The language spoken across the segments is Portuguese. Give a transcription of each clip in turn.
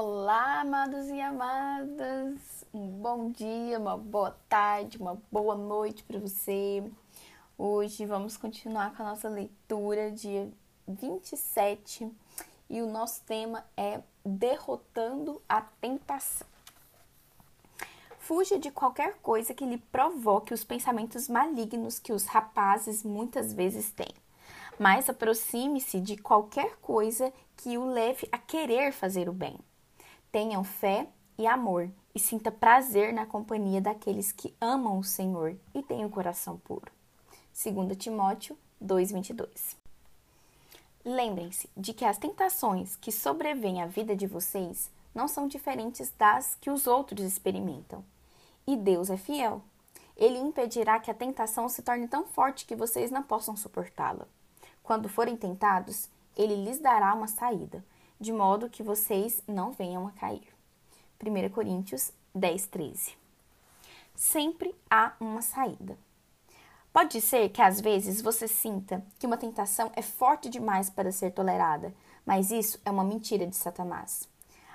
Olá, amados e amadas! Um bom dia, uma boa tarde, uma boa noite para você. Hoje vamos continuar com a nossa leitura, dia 27, e o nosso tema é Derrotando a Tentação. Fuja de qualquer coisa que lhe provoque os pensamentos malignos que os rapazes muitas vezes têm, mas aproxime-se de qualquer coisa que o leve a querer fazer o bem. Tenham fé e amor e sinta prazer na companhia daqueles que amam o Senhor e têm o coração puro. 2 Timóteo 2:22. Lembrem-se de que as tentações que sobrevêm à vida de vocês não são diferentes das que os outros experimentam. E Deus é fiel. Ele impedirá que a tentação se torne tão forte que vocês não possam suportá-la. Quando forem tentados, Ele lhes dará uma saída, de modo que vocês não venham a cair. 1 Coríntios 10:13. Sempre há uma saída. Pode ser que às vezes você sinta que uma tentação é forte demais para ser tolerada, mas isso é uma mentira de Satanás.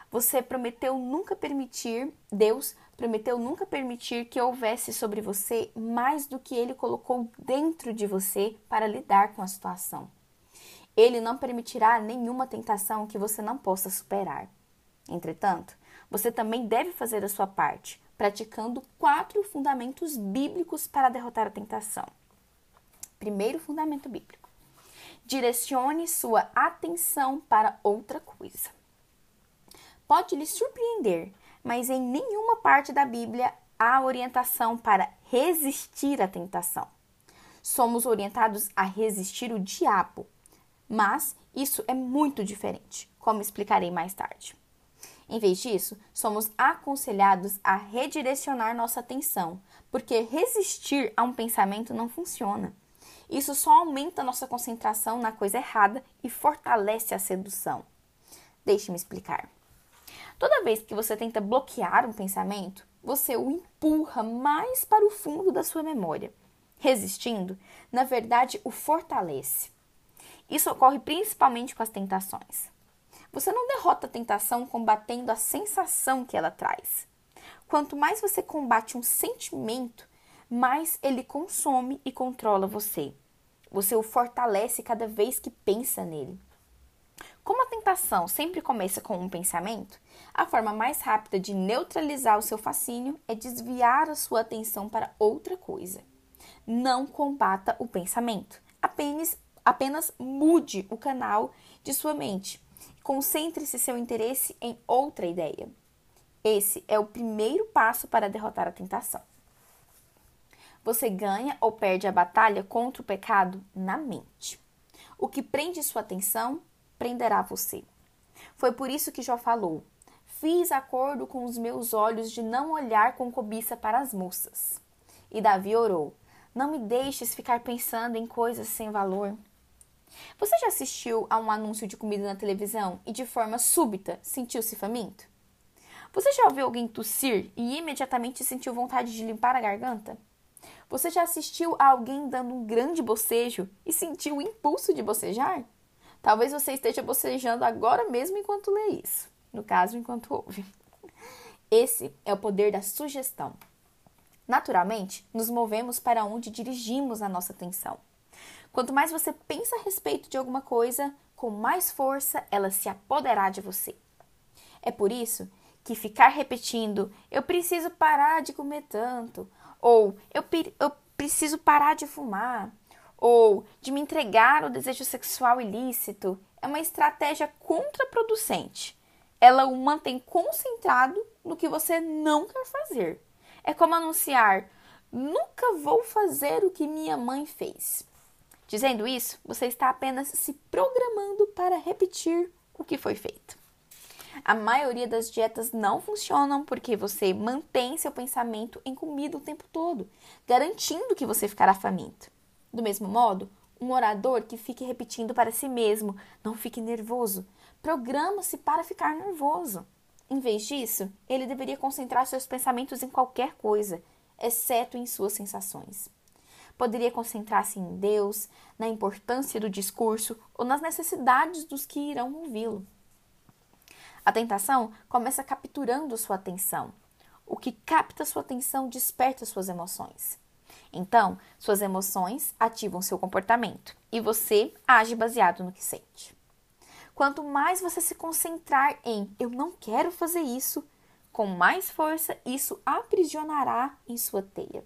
Deus prometeu nunca permitir que houvesse sobre você mais do que Ele colocou dentro de você para lidar com a situação. Ele não permitirá nenhuma tentação que você não possa superar. Entretanto, você também deve fazer a sua parte, praticando 4 fundamentos bíblicos para derrotar a tentação. Primeiro fundamento bíblico: direcione sua atenção para outra coisa. Pode lhe surpreender, mas em nenhuma parte da Bíblia há orientação para resistir à tentação. Somos orientados a resistir o diabo, mas isso é muito diferente, como explicarei mais tarde. Em vez disso, somos aconselhados a redirecionar nossa atenção, porque resistir a um pensamento não funciona. Isso só aumenta nossa concentração na coisa errada e fortalece a sedução. Deixe-me explicar. Toda vez que você tenta bloquear um pensamento, você o empurra mais para o fundo da sua memória. Resistindo, na verdade, o fortalece. Isso ocorre principalmente com as tentações. Você não derrota a tentação combatendo a sensação que ela traz. Quanto mais você combate um sentimento, mais ele consome e controla você. Você o fortalece cada vez que pensa nele. Como a tentação sempre começa com um pensamento, a forma mais rápida de neutralizar o seu fascínio é desviar a sua atenção para outra coisa. Não combata o pensamento, apenas mude o canal de sua mente. Concentre-se seu interesse em outra ideia. Esse é o primeiro passo para derrotar a tentação. Você ganha ou perde a batalha contra o pecado na mente. O que prende sua atenção, prenderá você. Foi por isso que Jó falou: fiz acordo com os meus olhos de não olhar com cobiça para as moças. E Davi orou: não me deixes ficar pensando em coisas sem valor. Você já assistiu a um anúncio de comida na televisão e de forma súbita sentiu-se faminto? Você já ouviu alguém tossir e imediatamente sentiu vontade de limpar a garganta? Você já assistiu a alguém dando um grande bocejo e sentiu o impulso de bocejar? Talvez você esteja bocejando agora mesmo enquanto lê isso. No caso, enquanto ouve. Esse é o poder da sugestão. Naturalmente, nos movemos para onde dirigimos a nossa atenção. Quanto mais você pensa a respeito de alguma coisa, com mais força ela se apoderará de você. É por isso que ficar repetindo "eu preciso parar de comer tanto", ou eu preciso parar de fumar", ou de me entregar ao desejo sexual ilícito, é uma estratégia contraproducente. Ela o mantém concentrado no que você não quer fazer. É como anunciar: "nunca vou fazer o que minha mãe fez". Dizendo isso, você está apenas se programando para repetir o que foi feito. A maioria das dietas não funcionam porque você mantém seu pensamento em comida o tempo todo, garantindo que você ficará faminto. Do mesmo modo, um orador que fique repetindo para si mesmo: "não fique nervoso", programa-se para ficar nervoso. Em vez disso, ele deveria concentrar seus pensamentos em qualquer coisa, exceto em suas sensações. Poderia concentrar-se em Deus, na importância do discurso ou nas necessidades dos que irão ouvi-lo. A tentação começa capturando sua atenção. O que capta sua atenção desperta suas emoções. Então, suas emoções ativam seu comportamento e você age baseado no que sente. Quanto mais você se concentrar em eu não quero fazer isso, com mais força isso aprisionará em sua teia.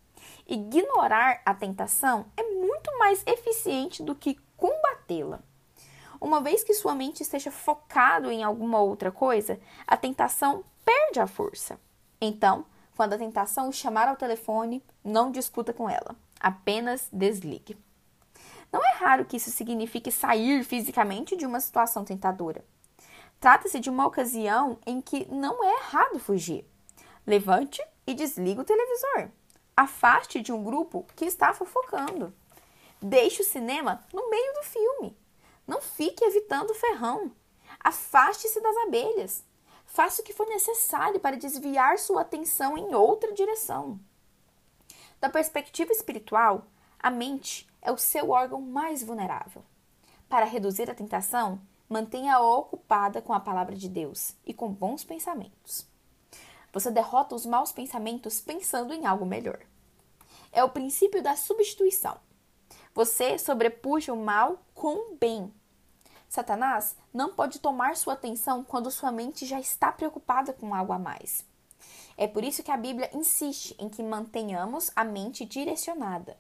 Ignorar a tentação é muito mais eficiente do que combatê-la. Uma vez que sua mente esteja focado em alguma outra coisa, a tentação perde a força. Então, quando a tentação o chamar ao telefone, não discuta com ela, apenas desligue. Não é raro que isso signifique sair fisicamente de uma situação tentadora. Trata-se de uma ocasião em que não é errado fugir. Levante e desligue o televisor. Afaste de um grupo que está fofocando. Deixe o cinema no meio do filme. Não fique evitando o ferrão. Afaste-se das abelhas. Faça o que for necessário para desviar sua atenção em outra direção. Da perspectiva espiritual, a mente é o seu órgão mais vulnerável. Para reduzir a tentação, mantenha-a ocupada com a palavra de Deus e com bons pensamentos. Você derrota os maus pensamentos pensando em algo melhor. É o princípio da substituição. Você sobrepuja o mal com o bem. Satanás não pode tomar sua atenção quando sua mente já está preocupada com algo a mais. É por isso que a Bíblia insiste em que mantenhamos a mente direcionada.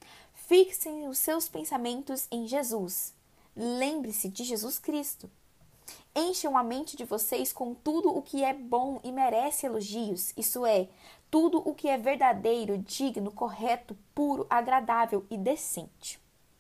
Fixem os seus pensamentos em Jesus. Lembre-se de Jesus Cristo. Encham a mente de vocês com tudo o que é bom e merece elogios, isso é, tudo o que é verdadeiro, digno, correto, puro, agradável e decente.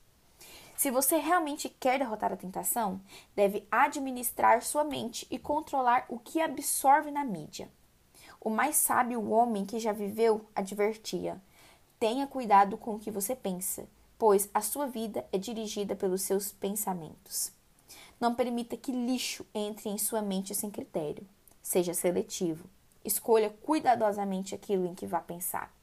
Se você realmente quer derrotar a tentação, deve administrar sua mente e controlar o que absorve na mídia. O mais sábio homem que já viveu advertia: tenha cuidado com o que você pensa, pois a sua vida é dirigida pelos seus pensamentos. Não permita que lixo entre em sua mente sem critério. Seja seletivo. Escolha cuidadosamente aquilo em que vá pensar.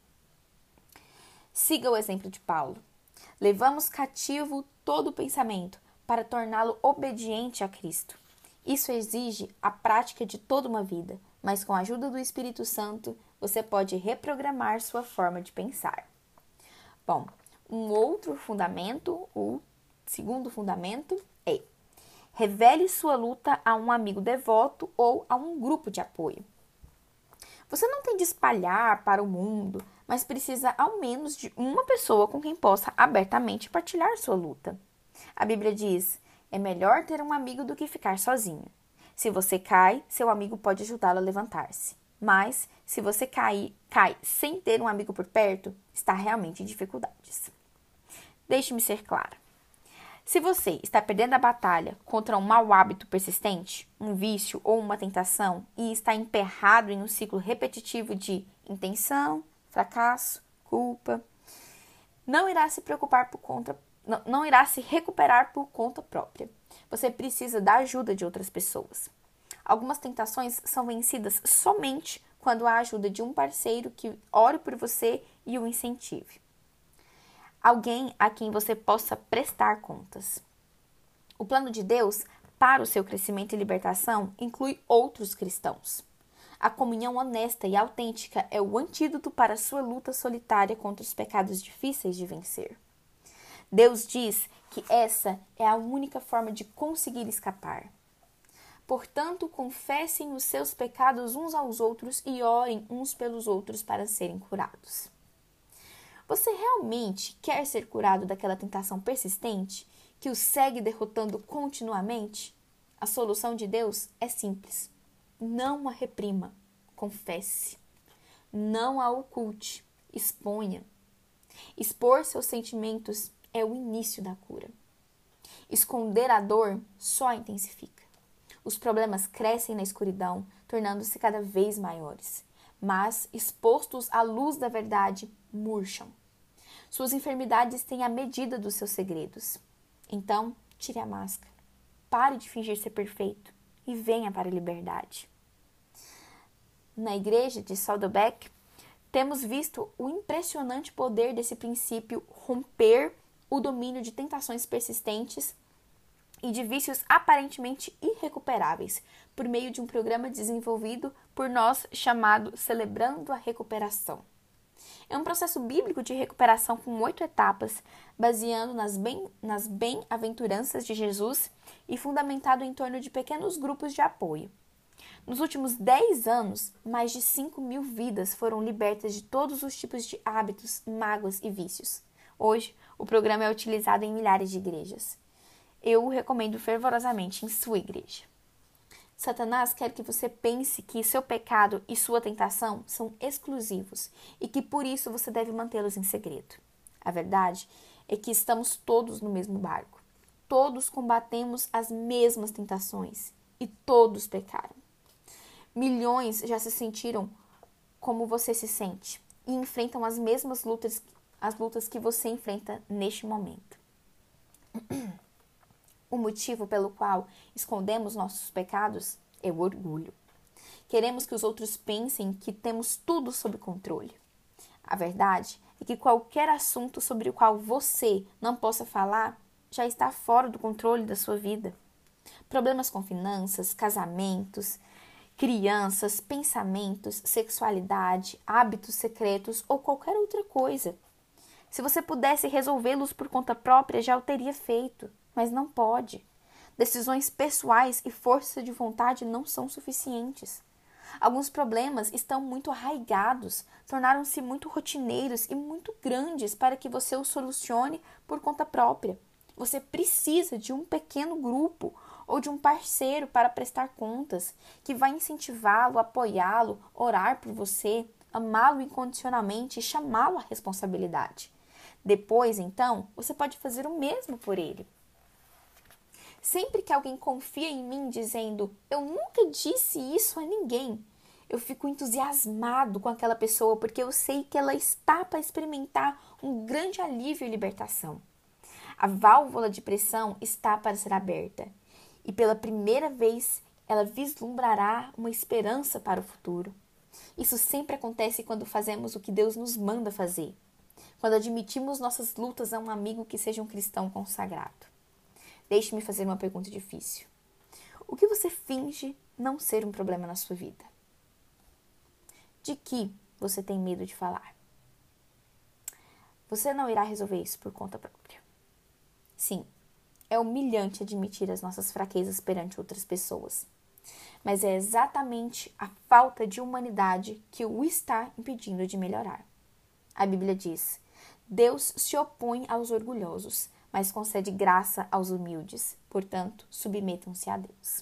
Siga o exemplo de Paulo. Levamos cativo todo pensamento para torná-lo obediente a Cristo. Isso exige a prática de toda uma vida, mas com a ajuda do Espírito Santo, você pode reprogramar sua forma de pensar. Bom, um outro fundamento, o segundo fundamento, é: revele sua luta a um amigo devoto ou a um grupo de apoio. Você não tem de espalhar para o mundo, mas precisa ao menos de uma pessoa com quem possa abertamente partilhar sua luta. A Bíblia diz: é melhor ter um amigo do que ficar sozinho. Se você cai, seu amigo pode ajudá-lo a levantar-se. Mas, se você cai sem ter um amigo por perto, está realmente em dificuldades. Deixe-me ser clara. Se você está perdendo a batalha contra um mau hábito persistente, um vício ou uma tentação e está emperrado em um ciclo repetitivo de intenção, fracasso, culpa, não irá se recuperar por conta própria. Você precisa da ajuda de outras pessoas. Algumas tentações são vencidas somente quando há a ajuda de um parceiro que ore por você e o incentive. Alguém a quem você possa prestar contas. O plano de Deus para o seu crescimento e libertação inclui outros cristãos. A comunhão honesta e autêntica é o antídoto para a sua luta solitária contra os pecados difíceis de vencer. Deus diz que essa é a única forma de conseguir escapar. Portanto, confessem os seus pecados uns aos outros e orem uns pelos outros para serem curados. Você realmente quer ser curado daquela tentação persistente que o segue derrotando continuamente? A solução de Deus é simples. Não a reprima, confesse. Não a oculte, exponha. Expor seus sentimentos é o início da cura. Esconder a dor só a intensifica. Os problemas crescem na escuridão, tornando-se cada vez maiores. Mas, expostos à luz da verdade, murcham. Suas enfermidades têm a medida dos seus segredos. Então, tire a máscara. Pare de fingir ser perfeito e venha para a liberdade. Na igreja de Saddleback, temos visto o impressionante poder desse princípio romper o domínio de tentações persistentes e de vícios aparentemente irrecuperáveis, por meio de um programa desenvolvido por nós chamado Celebrando a Recuperação. É um processo bíblico de recuperação com 8 etapas, baseando nas bem-aventuranças de Jesus e fundamentado em torno de pequenos grupos de apoio. Nos últimos 10 anos, mais de 5.000 vidas foram libertas de todos os tipos de hábitos, mágoas e vícios. Hoje, o programa é utilizado em milhares de igrejas. Eu o recomendo fervorosamente em sua igreja. Satanás quer que você pense que seu pecado e sua tentação são exclusivos e que por isso você deve mantê-los em segredo. A verdade é que estamos todos no mesmo barco. Todos combatemos as mesmas tentações e todos pecaram. Milhões já se sentiram como você se sente e enfrentam as mesmas lutas, as lutas que você enfrenta neste momento. O motivo pelo qual escondemos nossos pecados é o orgulho. Queremos que os outros pensem que temos tudo sob controle. A verdade é que qualquer assunto sobre o qual você não possa falar já está fora do controle da sua vida. Problemas com finanças, casamentos, crianças, pensamentos, sexualidade, hábitos secretos ou qualquer outra coisa. Se você pudesse resolvê-los por conta própria, já o teria feito. Mas não pode. Decisões pessoais e força de vontade não são suficientes. Alguns problemas estão muito arraigados, tornaram-se muito rotineiros e muito grandes para que você os solucione por conta própria. Você precisa de um pequeno grupo ou de um parceiro para prestar contas, que vai incentivá-lo, apoiá-lo, orar por você, amá-lo incondicionalmente e chamá-lo à responsabilidade. Depois, então, você pode fazer o mesmo por ele. Sempre que alguém confia em mim dizendo, eu nunca disse isso a ninguém, eu fico entusiasmado com aquela pessoa porque eu sei que ela está para experimentar um grande alívio e libertação. A válvula de pressão está para ser aberta e pela primeira vez ela vislumbrará uma esperança para o futuro. Isso sempre acontece quando fazemos o que Deus nos manda fazer, quando admitimos nossas lutas a um amigo que seja um cristão consagrado. Deixe-me fazer uma pergunta difícil. O que você finge não ser um problema na sua vida? De que você tem medo de falar? Você não irá resolver isso por conta própria. Sim, é humilhante admitir as nossas fraquezas perante outras pessoas. Mas é exatamente a falta de humanidade que o está impedindo de melhorar. A Bíblia diz, Deus se opõe aos orgulhosos, mas concede graça aos humildes. Portanto, submetam-se a Deus.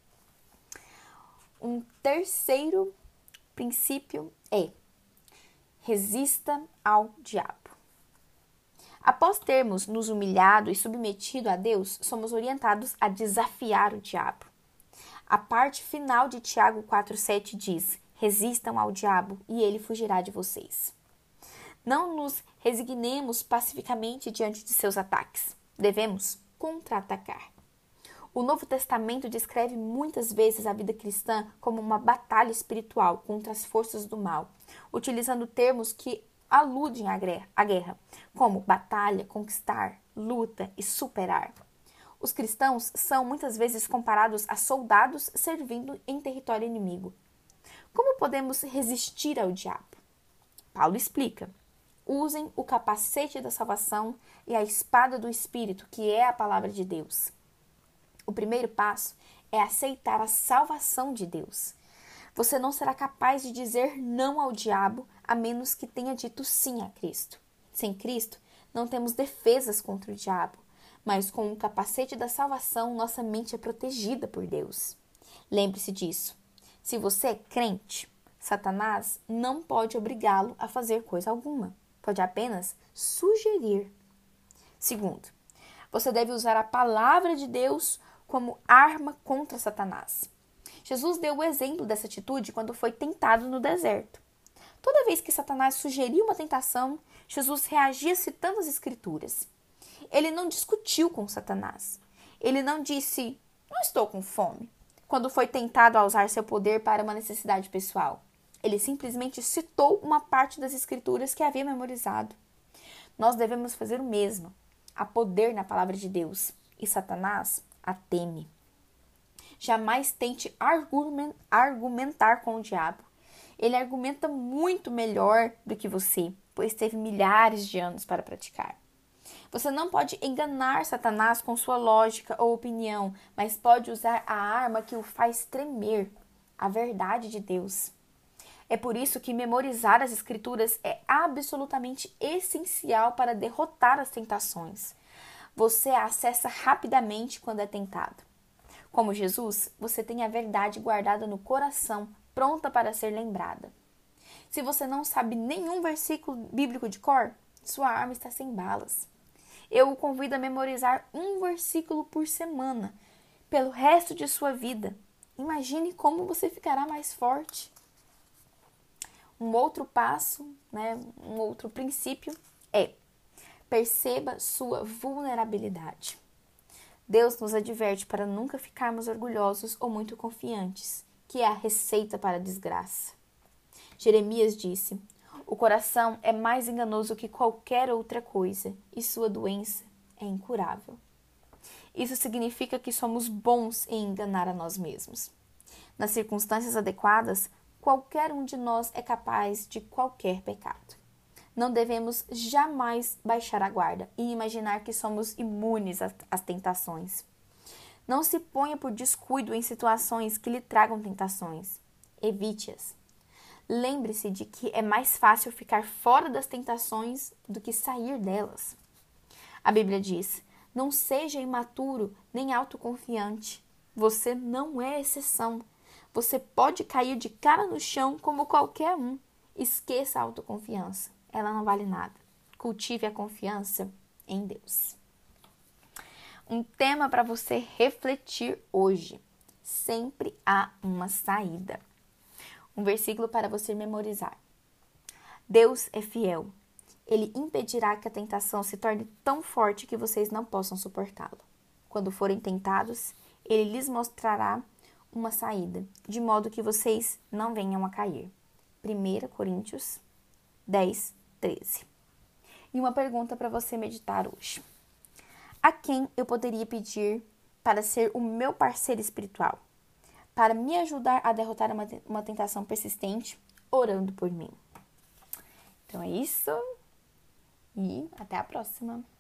Um terceiro princípio é: resista ao diabo. Após termos nos humilhado e submetido a Deus, somos orientados a desafiar o diabo. A parte final de Tiago 4,7 diz: resistam ao diabo e ele fugirá de vocês. Não nos resignemos pacificamente diante de seus ataques. Devemos contra-atacar. O Novo Testamento descreve muitas vezes a vida cristã como uma batalha espiritual contra as forças do mal, utilizando termos que aludem à guerra, como batalha, conquistar, luta e superar. Os cristãos são muitas vezes comparados a soldados servindo em território inimigo. Como podemos resistir ao diabo? Paulo explica. Usem o capacete da salvação e a espada do Espírito, que é a palavra de Deus. O primeiro passo é aceitar a salvação de Deus. Você não será capaz de dizer não ao diabo a menos que tenha dito sim a Cristo. Sem Cristo, não temos defesas contra o diabo, mas com o capacete da salvação, nossa mente é protegida por Deus. Lembre-se disso. Se você é crente, Satanás não pode obrigá-lo a fazer coisa alguma. Pode apenas sugerir. Segundo, você deve usar a palavra de Deus como arma contra Satanás. Jesus deu o exemplo dessa atitude quando foi tentado no deserto. Toda vez que Satanás sugeria uma tentação, Jesus reagia citando as Escrituras. Ele não discutiu com Satanás. Ele não disse, não estou com fome, quando foi tentado a usar seu poder para uma necessidade pessoal. Ele simplesmente citou uma parte das Escrituras que havia memorizado. Nós devemos fazer o mesmo. Há poder na palavra de Deus. E Satanás a teme. Jamais tente argumentar com o diabo. Ele argumenta muito melhor do que você, pois teve milhares de anos para praticar. Você não pode enganar Satanás com sua lógica ou opinião, mas pode usar a arma que o faz tremer, a verdade de Deus. É por isso que memorizar as Escrituras é absolutamente essencial para derrotar as tentações. Você a acessa rapidamente quando é tentado. Como Jesus, você tem a verdade guardada no coração, pronta para ser lembrada. Se você não sabe nenhum versículo bíblico de cor, sua arma está sem balas. Eu o convido a memorizar um versículo por semana, pelo resto de sua vida. Imagine como você ficará mais forte. Um outro passo, um outro princípio é: perceba sua vulnerabilidade. Deus nos adverte para nunca ficarmos orgulhosos ou muito confiantes, que é a receita para a desgraça. Jeremias disse: o coração é mais enganoso que qualquer outra coisa e sua doença é incurável. Isso significa que somos bons em enganar a nós mesmos. Nas circunstâncias adequadas, qualquer um de nós é capaz de qualquer pecado. Não devemos jamais baixar a guarda e imaginar que somos imunes às tentações. Não se ponha por descuido em situações que lhe tragam tentações. Evite-as. Lembre-se de que é mais fácil ficar fora das tentações do que sair delas. A Bíblia diz: não seja imaturo nem autoconfiante. Você não é exceção. Você pode cair de cara no chão como qualquer um. Esqueça a autoconfiança. Ela não vale nada. Cultive a confiança em Deus. Um tema para você refletir hoje. Sempre há uma saída. Um versículo para você memorizar. Deus é fiel. Ele impedirá que a tentação se torne tão forte que vocês não possam suportá-la. Quando forem tentados, Ele lhes mostrará uma saída, de modo que vocês não venham a cair. 1 Coríntios 10, 13. E uma pergunta para você meditar hoje. A quem eu poderia pedir para ser o meu parceiro espiritual? Para me ajudar a derrotar uma tentação persistente, orando por mim. Então é isso. E até a próxima.